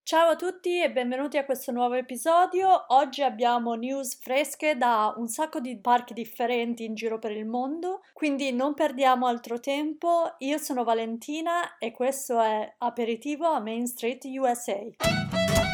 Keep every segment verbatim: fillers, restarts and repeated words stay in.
Ciao a tutti e benvenuti a questo nuovo episodio. Oggi abbiamo news fresche da un sacco di parchi differenti in giro per il mondo, quindi non perdiamo altro tempo. Io sono Valentina e questo è Aperitivo a Main Street U S A.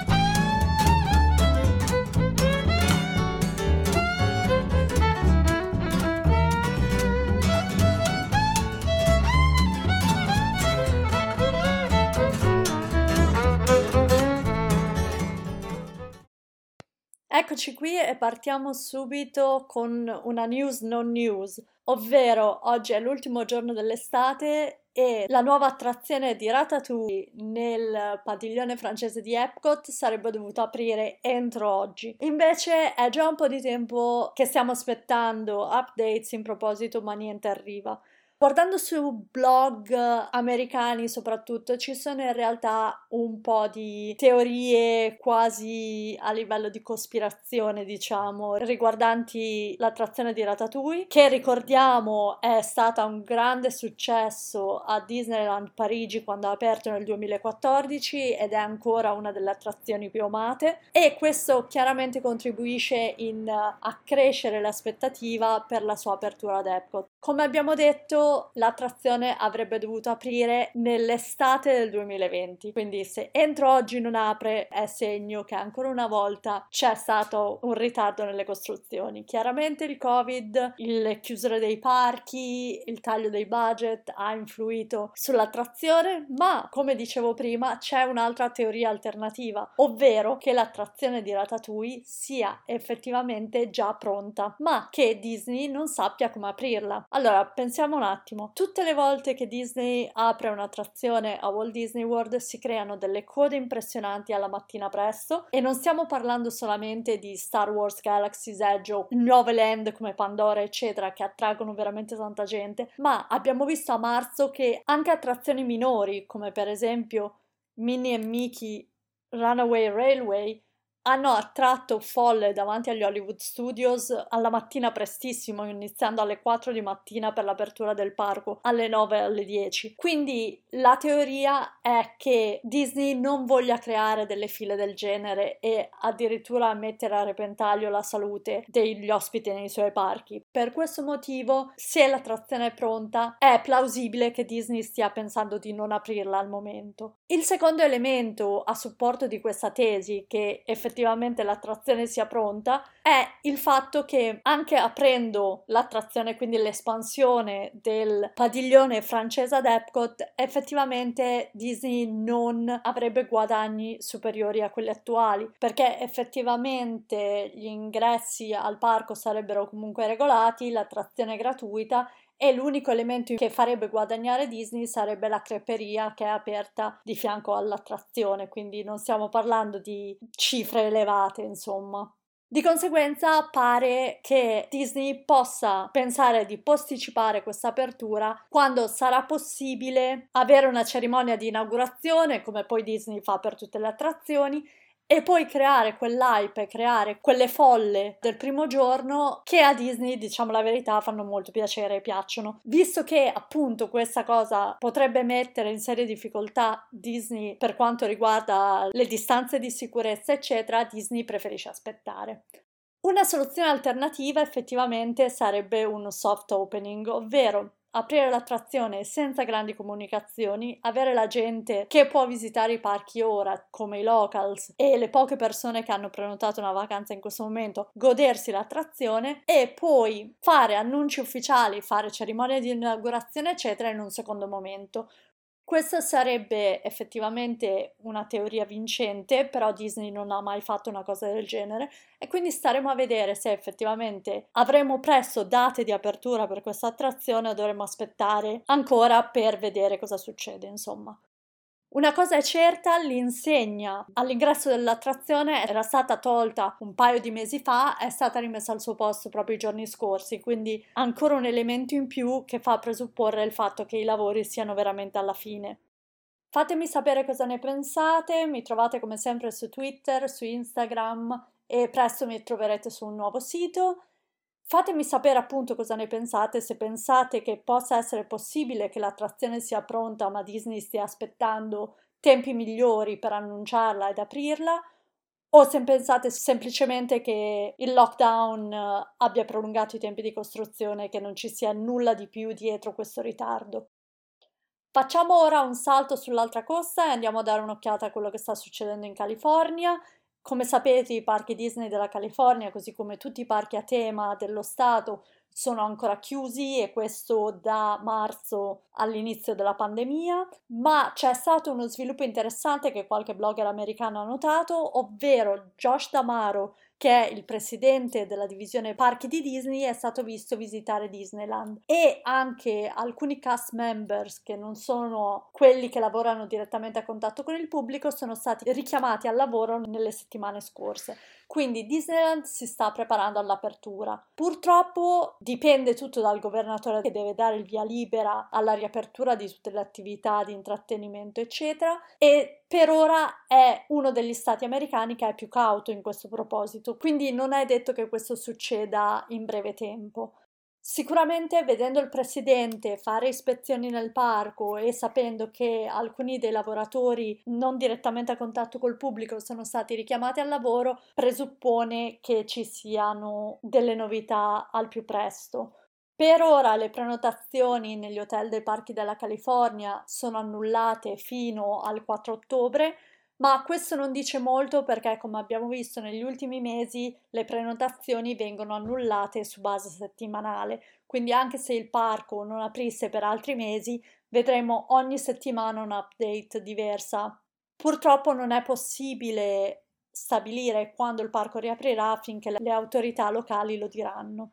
Eccoci qui e partiamo subito con una news non news, ovvero oggi è l'ultimo giorno dell'estate e la nuova attrazione di Ratatouille nel padiglione francese di Epcot sarebbe dovuta aprire entro oggi. Invece è già un po' di tempo che stiamo aspettando updates in proposito, ma niente arriva. Guardando su blog americani soprattutto ci sono in realtà un po' di teorie quasi a livello di cospirazione, diciamo, riguardanti l'attrazione di Ratatouille, che ricordiamo è stata un grande successo a Disneyland Parigi quando ha aperto nel duemilaquattordici ed è ancora una delle attrazioni più amate e questo chiaramente contribuisce in accrescere l'aspettativa per la sua apertura ad Epcot. Come abbiamo detto, l'attrazione avrebbe dovuto aprire nell'estate del duemilaventi, quindi se entro oggi non apre è segno che ancora una volta c'è stato un ritardo nelle costruzioni. Chiaramente il Covid, le chiusure dei parchi, il taglio dei budget ha influito sull'attrazione, ma come dicevo prima c'è un'altra teoria alternativa, ovvero che l'attrazione di Ratatouille sia effettivamente già pronta, ma che Disney non sappia come aprirla. Allora, pensiamo un attimo. Tutte le volte che Disney apre un'attrazione a Walt Disney World si creano delle code impressionanti alla mattina presto e non stiamo parlando solamente di Star Wars Galaxy's Edge o nuove land come Pandora eccetera che attraggono veramente tanta gente, ma abbiamo visto a marzo che anche attrazioni minori come per esempio Minnie e Mickey Runaway Railway hanno attratto folle davanti agli Hollywood Studios alla mattina prestissimo, iniziando alle quattro di mattina per l'apertura del parco, alle nove alle dieci. Quindi la teoria è che Disney non voglia creare delle file del genere e addirittura mettere a repentaglio la salute degli ospiti nei suoi parchi. Per questo motivo, se l'attrazione è pronta, è plausibile che Disney stia pensando di non aprirla al momento. Il secondo elemento a supporto di questa tesi, che effettivamente effettivamente l'attrazione sia pronta, è il fatto che anche aprendo l'attrazione, quindi l'espansione del padiglione francese ad Epcot, effettivamente Disney non avrebbe guadagni superiori a quelli attuali, perché effettivamente gli ingressi al parco sarebbero comunque regolati, l'attrazione è gratuita e l'unico elemento che farebbe guadagnare Disney sarebbe la creperia che è aperta di fianco all'attrazione, quindi non stiamo parlando di cifre elevate, insomma. Di conseguenza pare che Disney possa pensare di posticipare questa apertura quando sarà possibile avere una cerimonia di inaugurazione, come poi Disney fa per tutte le attrazioni, e poi creare quell'hype, creare quelle folle del primo giorno che a Disney, diciamo la verità, fanno molto piacere e piacciono. Visto che appunto questa cosa potrebbe mettere in serie difficoltà Disney per quanto riguarda le distanze di sicurezza, eccetera, Disney preferisce aspettare. Una soluzione alternativa effettivamente sarebbe un soft opening, ovvero aprire l'attrazione senza grandi comunicazioni, avere la gente che può visitare i parchi ora, come i locals e le poche persone che hanno prenotato una vacanza in questo momento, godersi l'attrazione e poi fare annunci ufficiali, fare cerimonie di inaugurazione, eccetera, in un secondo momento. Questa sarebbe effettivamente una teoria vincente, però Disney non ha mai fatto una cosa del genere e quindi staremo a vedere se effettivamente avremo presto date di apertura per questa attrazione o dovremo aspettare ancora per vedere cosa succede, insomma. Una cosa è certa, l'insegna all'ingresso dell'attrazione era stata tolta un paio di mesi fa, è stata rimessa al suo posto proprio i giorni scorsi, quindi ancora un elemento in più che fa presupporre il fatto che i lavori siano veramente alla fine. Fatemi sapere cosa ne pensate, mi trovate come sempre su Twitter, su Instagram e presto mi troverete su un nuovo sito. Fatemi sapere appunto cosa ne pensate, se pensate che possa essere possibile che l'attrazione sia pronta ma Disney stia aspettando tempi migliori per annunciarla ed aprirla, o se pensate semplicemente che il lockdown eh, abbia prolungato i tempi di costruzione e che non ci sia nulla di più dietro questo ritardo. Facciamo ora un salto sull'altra costa e andiamo a dare un'occhiata a quello che sta succedendo in California. Come sapete, i parchi Disney della California, così come tutti i parchi a tema dello stato, sono ancora chiusi, e questo da marzo, all'inizio della pandemia, ma c'è stato uno sviluppo interessante che qualche blogger americano ha notato, ovvero Josh D'Amaro, che è il presidente della divisione parchi di Disney, è stato visto visitare Disneyland, e anche alcuni cast members che non sono quelli che lavorano direttamente a contatto con il pubblico sono stati richiamati al lavoro nelle settimane scorse. Quindi Disneyland si sta preparando all'apertura. Purtroppo dipende tutto dal governatore, che deve dare il via libera alla riapertura di tutte le attività di intrattenimento, eccetera, e per ora è uno degli stati americani che è più cauto in questo proposito, quindi non è detto che questo succeda in breve tempo. Sicuramente, vedendo il presidente fare ispezioni nel parco e sapendo che alcuni dei lavoratori non direttamente a contatto col pubblico sono stati richiamati al lavoro, presuppone che ci siano delle novità al più presto. Per ora le prenotazioni negli hotel dei parchi della California sono annullate fino al quattro ottobre, ma questo non dice molto perché, come abbiamo visto negli ultimi mesi, le prenotazioni vengono annullate su base settimanale, quindi anche se il parco non aprisse per altri mesi, vedremo ogni settimana un'update diversa. Purtroppo non è possibile stabilire quando il parco riaprirà finché le autorità locali lo diranno.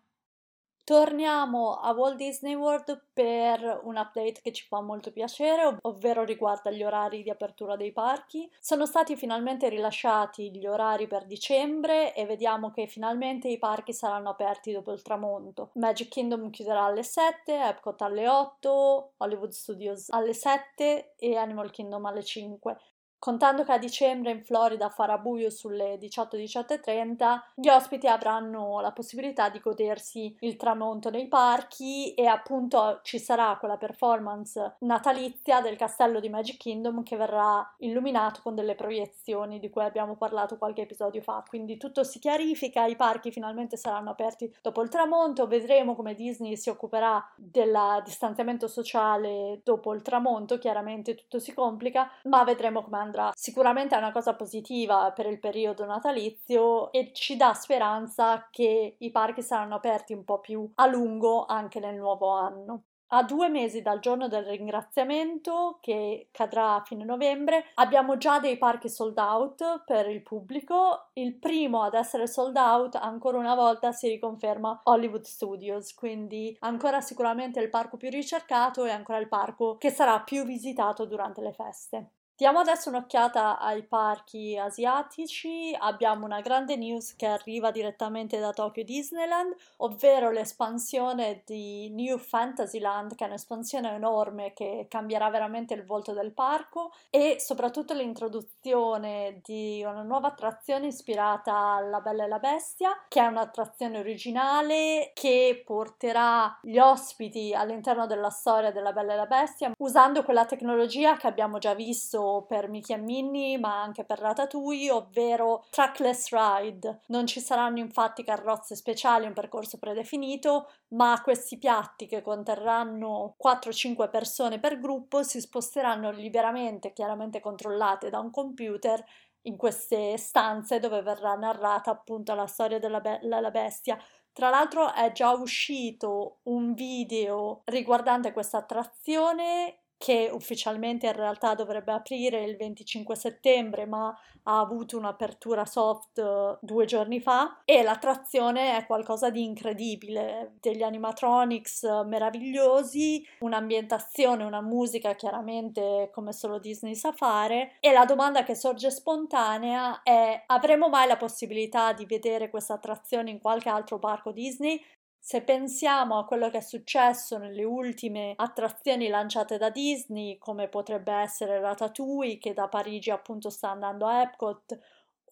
Torniamo a Walt Disney World per un update che ci fa molto piacere, ov- ovvero riguarda gli orari di apertura dei parchi. Sono stati finalmente rilasciati gli orari per dicembre e vediamo che finalmente i parchi saranno aperti dopo il tramonto. Magic Kingdom chiuderà alle sette, Epcot alle otto, Hollywood Studios alle sette e Animal Kingdom alle cinque. Contando che a dicembre in Florida farà buio sulle diciotto diciotto e trenta, gli ospiti avranno la possibilità di godersi il tramonto nei parchi, e appunto ci sarà quella performance natalizia del castello di Magic Kingdom che verrà illuminato con delle proiezioni di cui abbiamo parlato qualche episodio fa. Quindi tutto si chiarifica, i parchi finalmente saranno aperti dopo il tramonto, vedremo come Disney si occuperà del distanziamento sociale dopo il tramonto, chiaramente tutto si complica, ma vedremo come andrà. Sicuramente è una cosa positiva per il periodo natalizio e ci dà speranza che i parchi saranno aperti un po' più a lungo anche nel nuovo anno. A due mesi dal giorno del ringraziamento, che cadrà a fine novembre, abbiamo già dei parchi sold out per il pubblico. Il primo ad essere sold out, ancora una volta, si riconferma Hollywood Studios, quindi ancora sicuramente il parco più ricercato e ancora il parco che sarà più visitato durante le feste. Diamo adesso un'occhiata ai parchi asiatici. Abbiamo una grande news che arriva direttamente da Tokyo Disneyland, ovvero l'espansione di New Fantasyland, che è un'espansione enorme che cambierà veramente il volto del parco, e soprattutto l'introduzione di una nuova attrazione ispirata alla Bella e la Bestia, che è un'attrazione originale che porterà gli ospiti all'interno della storia della Bella e la Bestia, usando quella tecnologia che abbiamo già visto per Mickey e Minnie, ma anche per Ratatouille, ovvero trackless ride. Non ci saranno infatti carrozze speciali, un percorso predefinito, ma questi piatti, che conterranno quattro cinque persone per gruppo, si sposteranno liberamente, chiaramente controllate da un computer, in queste stanze dove verrà narrata appunto la storia della Bella e la Bestia. Tra l'altro è già uscito un video riguardante questa attrazione, che ufficialmente in realtà dovrebbe aprire il venticinque settembre, ma ha avuto un'apertura soft uh, due giorni fa, e l'attrazione è qualcosa di incredibile, degli animatronics uh, meravigliosi, un'ambientazione, una musica chiaramente come solo Disney sa fare, e la domanda che sorge spontanea è: avremo mai la possibilità di vedere questa attrazione in qualche altro parco Disney? Se pensiamo a quello che è successo nelle ultime attrazioni lanciate da Disney, come potrebbe essere Ratatouille, che da Parigi appunto sta andando a Epcot,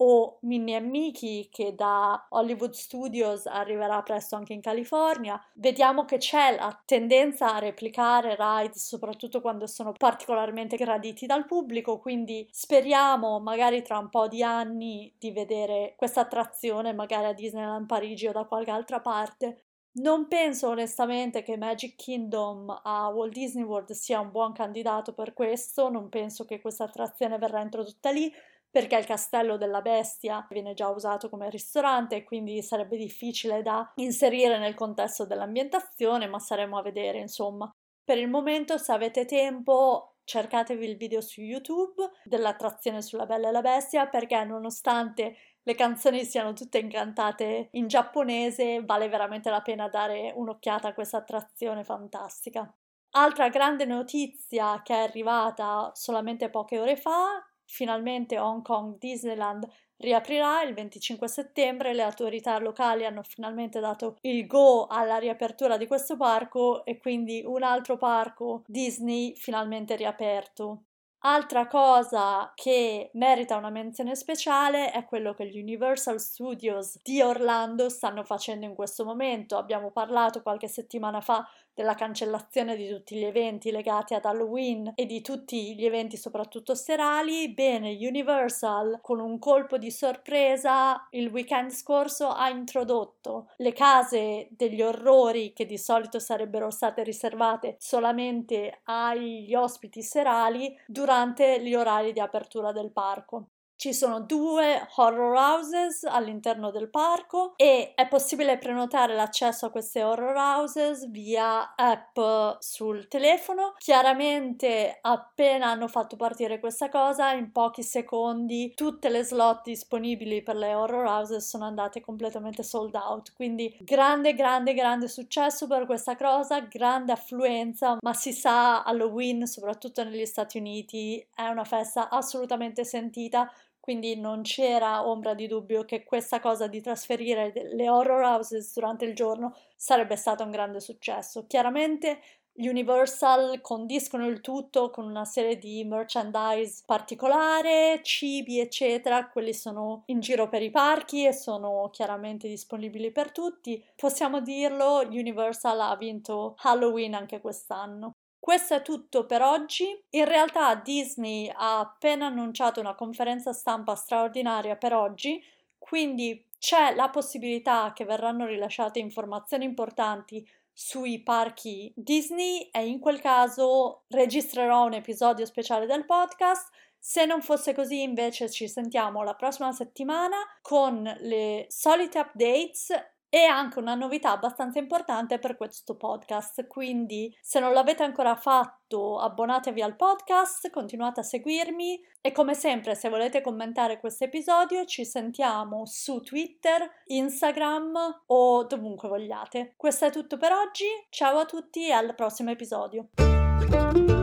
o Minnie e Mickey, che da Hollywood Studios arriverà presto anche in California. Vediamo che c'è la tendenza a replicare ride, soprattutto quando sono particolarmente graditi dal pubblico, quindi speriamo magari tra un po' di anni di vedere questa attrazione magari a Disneyland Parigi o da qualche altra parte. Non penso onestamente che Magic Kingdom a Walt Disney World sia un buon candidato per questo, non penso che questa attrazione verrà introdotta lì, perché il Castello della Bestia viene già usato come ristorante e quindi sarebbe difficile da inserire nel contesto dell'ambientazione, ma saremo a vedere, insomma. Per il momento, se avete tempo, cercatevi il video su YouTube dell'attrazione sulla Bella e la Bestia, perché nonostante le canzoni siano tutte incantate in giapponese, vale veramente la pena dare un'occhiata a questa attrazione fantastica. Altra grande notizia che è arrivata solamente poche ore fa: finalmente Hong Kong Disneyland riaprirà il venticinque settembre, le autorità locali hanno finalmente dato il go alla riapertura di questo parco e quindi un altro parco Disney finalmente riaperto. Altra cosa che merita una menzione speciale è quello che gli Universal Studios di Orlando stanno facendo in questo momento. Abbiamo parlato qualche settimana fa della cancellazione di tutti gli eventi legati ad Halloween e di tutti gli eventi soprattutto serali. Bene, Universal con un colpo di sorpresa il weekend scorso ha introdotto le case degli orrori, che di solito sarebbero state riservate solamente agli ospiti serali, durante gli orari di apertura del parco. Ci sono due horror houses all'interno del parco e è possibile prenotare l'accesso a queste horror houses via app sul telefono. Chiaramente appena hanno fatto partire questa cosa, in pochi secondi tutte le slot disponibili per le horror houses sono andate completamente sold out, quindi grande grande grande successo per questa cosa, grande affluenza, ma si sa, Halloween soprattutto negli Stati Uniti è una festa assolutamente sentita, quindi non c'era ombra di dubbio che questa cosa di trasferire le horror houses durante il giorno sarebbe stato un grande successo. Chiaramente Universal condiscono il tutto con una serie di merchandise particolare, cibi eccetera, quelli sono in giro per i parchi e sono chiaramente disponibili per tutti. Possiamo dirlo, Universal ha vinto Halloween anche quest'anno. Questo è tutto per oggi. In realtà Disney ha appena annunciato una conferenza stampa straordinaria per oggi, quindi c'è la possibilità che verranno rilasciate informazioni importanti sui parchi Disney e in quel caso registrerò un episodio speciale del podcast. Se non fosse così, invece, ci sentiamo la prossima settimana con le solite updates e anche una novità abbastanza importante per questo podcast, quindi se non l'avete ancora fatto abbonatevi al podcast, continuate a seguirmi e come sempre se volete commentare questo episodio ci sentiamo su Twitter, Instagram o dovunque vogliate. Questo è tutto per oggi, ciao a tutti e al prossimo episodio.